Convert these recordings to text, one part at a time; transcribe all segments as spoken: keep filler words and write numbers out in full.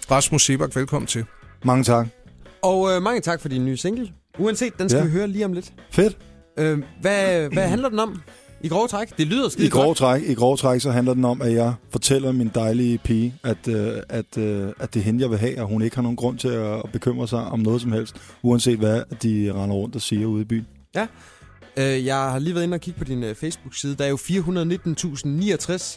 Rasmus Seebach, velkommen til. Mange tak. Og øh, mange tak for din nye single. Uanset, den skal ja. vi høre lige om lidt. Fedt. Øh, hvad, hvad handler den om? I grove træk? Det lyder skide I grove godt. træk, I grove træk, så handler den om, at jeg fortæller min dejlige pige, at, øh, at, øh, at det er hende, jeg vil have, og hun ikke har nogen grund til at bekymre sig om noget som helst, uanset hvad de render rundt og siger ude i byen. Ja. Øh, jeg har lige været inde og kigge på din øh, Facebook-side. Der er jo fire hundrede nitten tusind niogtres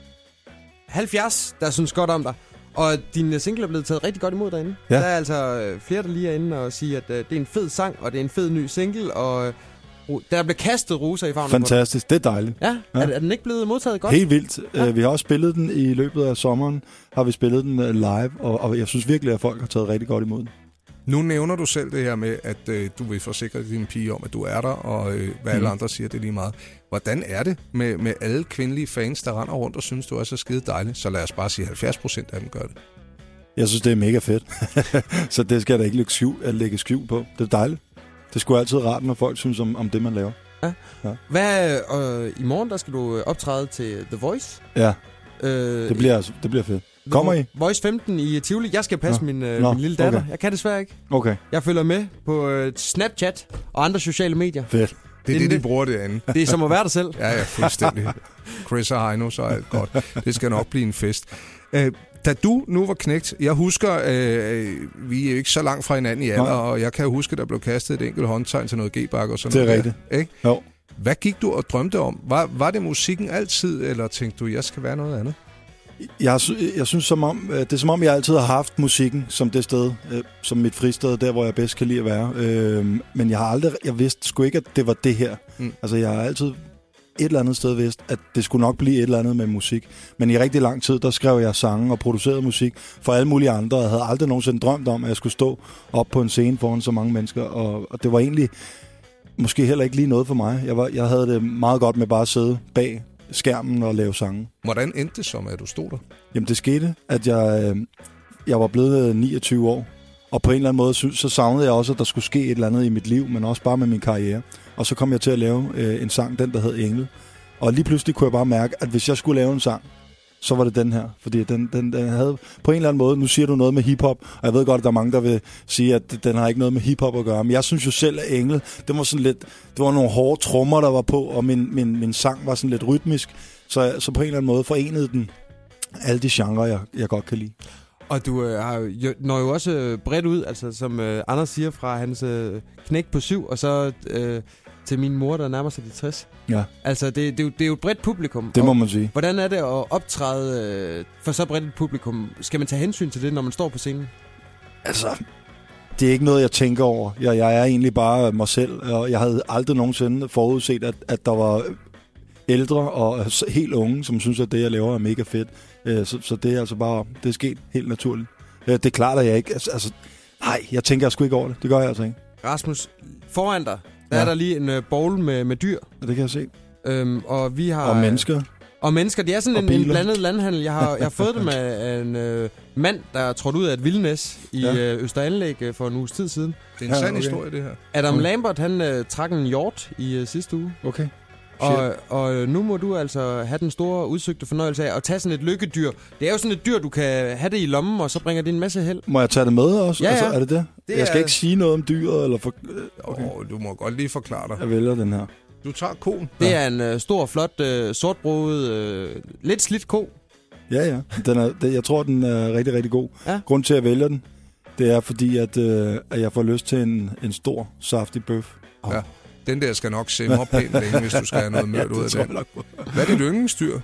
halvfjerds, der synes godt om dig. Og din single er blevet taget rigtig godt imod derinde. Ja. Der er altså flere, der lige er inde og siger, at øh, det er en fed sang, og det er en fed ny single, og øh, der er blevet kastet roser i favnen. Fantastisk, det er dejligt. Ja, ja. Er, er den ikke blevet modtaget godt? Helt vildt. Ja. Vi har også spillet den i løbet af sommeren, har vi spillet den live, og, og jeg synes virkelig, at folk har taget rigtig godt imod den. Nu nævner du selv det her med, at øh, du vil forsikre din pige om, at du er der, og øh, hvad alle mm. andre siger, det er lige meget. Hvordan er det med, med alle kvindelige fans, der render rundt og synes, du er så skide dejlig? Så lad os bare sige, halvfjerds procent af dem gør det. Jeg synes, det er mega fedt. Så det skal jeg da ikke lægge skjul, at lægge skjul på. Det er dejligt. Det er sgu altid rart, når folk synes om, om det, man laver. Ja. Ja. Hvad, øh, i morgen, der skal du optræde til The Voice. Ja, øh, det, bliver, det bliver fedt. Kommer I? Voice femten i Tivoli. Jeg skal passe Nå. min, øh, Nå. min lille datter. Okay. Jeg kan desværre ikke. Okay. Jeg følger med på øh, Snapchat og andre sociale medier. Fedt. Det er det, det, de bruger det andet. Det er som at være dig selv. Ja, ja, fuldstændig. Chris og Heino, så er alt godt. Det skal nok blive en fest. Øh, da du nu var knægt, jeg husker, øh, vi er jo ikke så langt fra hinanden i alder, Nå. og jeg kan huske, der blev kastet et enkelt håndtegn til noget G-bakke og sådan det er noget. rigtigt. Der, ikke? Jo. Hvad gik du og drømte om? Var, var det musikken altid, eller tænkte du, jeg skal være noget andet? Jeg, jeg synes, som om, det er som om, jeg altid har haft musikken som det sted, øh, som mit fristed, der hvor jeg bedst kan lide at være. Øh, men jeg har aldrig, jeg vidste sgu ikke, at det var det her. Mm. Altså, jeg har altid et eller andet sted vidst, at det skulle nok blive et eller andet med musik. Men i rigtig lang tid, der skrev jeg sange og producerede musik for alle mulige andre. Jeg havde aldrig nogensinde drømt om, at jeg skulle stå op på en scene foran så mange mennesker. Og, og det var egentlig måske heller ikke lige noget for mig. Jeg, var, jeg havde det meget godt med bare at sidde bag skærmen og lave sange. Hvordan endte det så med, at du stod der? Jamen, det skete, at jeg, øh, jeg var blevet niogtyve år, og på en eller anden måde, så, så savnede jeg også, at der skulle ske et eller andet i mit liv, men også bare med min karriere. Og så kom jeg til at lave øh, en sang, den der hed Engel. Og lige pludselig kunne jeg bare mærke, at hvis jeg skulle lave en sang, så var det den her. Fordi den, den, den havde på en eller anden måde, nu siger du noget med hiphop, og jeg ved godt, at der er mange, der vil sige, at den har ikke noget med hiphop at gøre. Men jeg synes jo selv, at Engel, det var sådan lidt, det var nogle hårde trommer, der var på, og min, min, min sang var sådan lidt rytmisk. Så, så på en eller anden måde forenede den alle de genrer, jeg, jeg godt kan lide. Og du øh, har jo, når jo også øh, bredt ud, altså som øh, Anders siger, fra hans øh, knæk på syv, og så øh, til min mor, der nærmer sig de tres. Ja. Altså, det, det, er jo, det er jo et bredt publikum. Det må man sige. Hvordan er det at optræde øh, for så bredt et publikum? Skal man tage hensyn til det, når man står på scenen? Altså, det er ikke noget, jeg tænker over. Jeg, jeg er egentlig bare mig selv, og jeg havde aldrig nogensinde forudset, at, at der var ældre og helt unge, som synes, at det, jeg laver, er mega fedt. Så, så det er altså bare, det er sket helt naturligt. Det er klart, at jeg ikke, altså, nej, jeg tænker sgu ikke over det. Det gør jeg altså ikke. Rasmus, foran dig, der ja. er der lige en uh, bowl med, med dyr. Ja, det kan jeg se. Øhm, og vi har... Og mennesker. Og mennesker. Det er sådan en, en blandet landhandel. Jeg har, jeg har fået det med en øh, mand, der er trådt ud af et vildnæs i ja. øh, Østeranlæg øh, for en uges tid siden. Det er en ja, sand okay. historie, det her. Adam okay. Lambert, han øh, trak en hjort i øh, sidste uge. Okay. Og, og nu må du altså have den store udsøgte fornøjelse af at tage sådan et lykkedyr. Det er jo sådan et dyr, du kan have det i lommen, og så bringer det en masse held. Må jeg tage det med også? Ja, ja. Altså, er det det? det jeg skal er... ikke sige noget om dyret? Eller for... okay. oh, du må godt lige forklare dig. Jeg vælger den her. Du tager koen. Det er en uh, stor, flot, uh, sortbroget, uh, lidt slidt ko. Ja, ja. Den er, det, jeg tror, den er rigtig, rigtig god. Ja. Grunden til, at jeg vælger den, det er fordi, at, uh, at jeg får lyst til en, en stor, saftig bøf. Oh. Ja. Den der skal nok simre pænt længe, hvis du skal have noget mørt ud af det. Hvad er dit yndlingsdyr?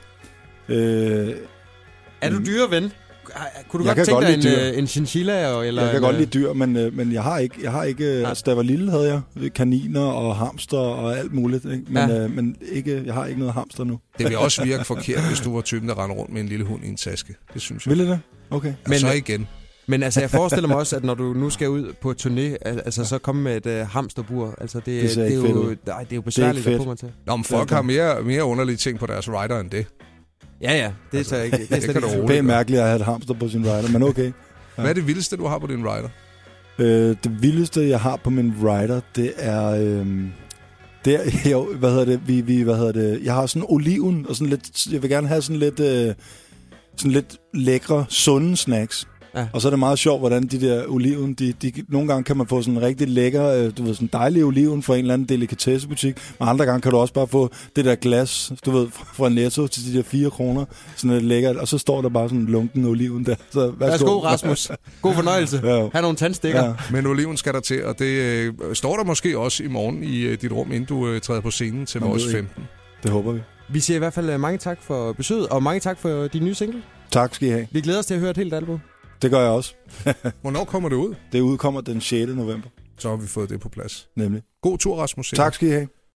Øh, er du dyreven? Kunne du godt tænke dig en, en chinchilla? Eller jeg kan en, godt lide dyr, men, men jeg har ikke... Jeg har ikke ja. Altså, da jeg var lille, havde jeg kaniner og hamster og alt muligt. Ikke? Men, ja. øh, men ikke, jeg har ikke noget hamster nu. Det vil også virke forkert, hvis du var typen, der render rundt med en lille hund i en taske. Det synes jeg. Vil det? Okay. Men så igen. Men altså, jeg forestiller mig også, at når du nu skal ud på turné, altså så komme med et uh, hamsterbur. Altså, det, det, det, er jo, nej, det er jo besværligt at få mig til. Nå, men folk har mere, mere underlige ting på deres rider end det. Ja, ja. Det altså, er så ikke. Det er, det kan det er mærkeligt at have et hamster på sin rider, men okay. Ja. Hvad er det vildeste, du har på din rider? Øh, det vildeste, jeg har på min rider, det er... Øh, det er jo, hvad hedder det? Vi, vi, hvad hedder det? Jeg har sådan oliven, og sådan lidt... Jeg vil gerne have sådan lidt... Øh, sådan lidt lækre, sunde snacks. Ja. Og så er det meget sjovt, hvordan de der oliven, de, de, nogle gange kan man få sådan en rigtig lækker, øh, du ved, sådan dejlig oliven fra en eller anden delikatessebutik, men andre gange kan du også bare få det der glas, du ved, fra Netto til de der fire kroner, sådan lidt lækkert, og så står der bare sådan en lunken oliven der. Så værsgo, værsgo Rasmus. God fornøjelse. Ja. Ha' nogle tandstikker. Ja. Men oliven skal der til, og det øh, står der måske også i morgen i øh, dit rum, inden du øh, træder på scenen til vores femten. Det håber vi. Vi siger i hvert fald mange tak for besøget, og mange tak for din nye single. Tak skal I have. Vi glæder os til at høre et helt album. Det gør jeg også. Hvornår kommer det ud? Det udkommer den sjette november. Så har vi fået det på plads. Nemlig. God tur, Rasmus. Tak skal I have.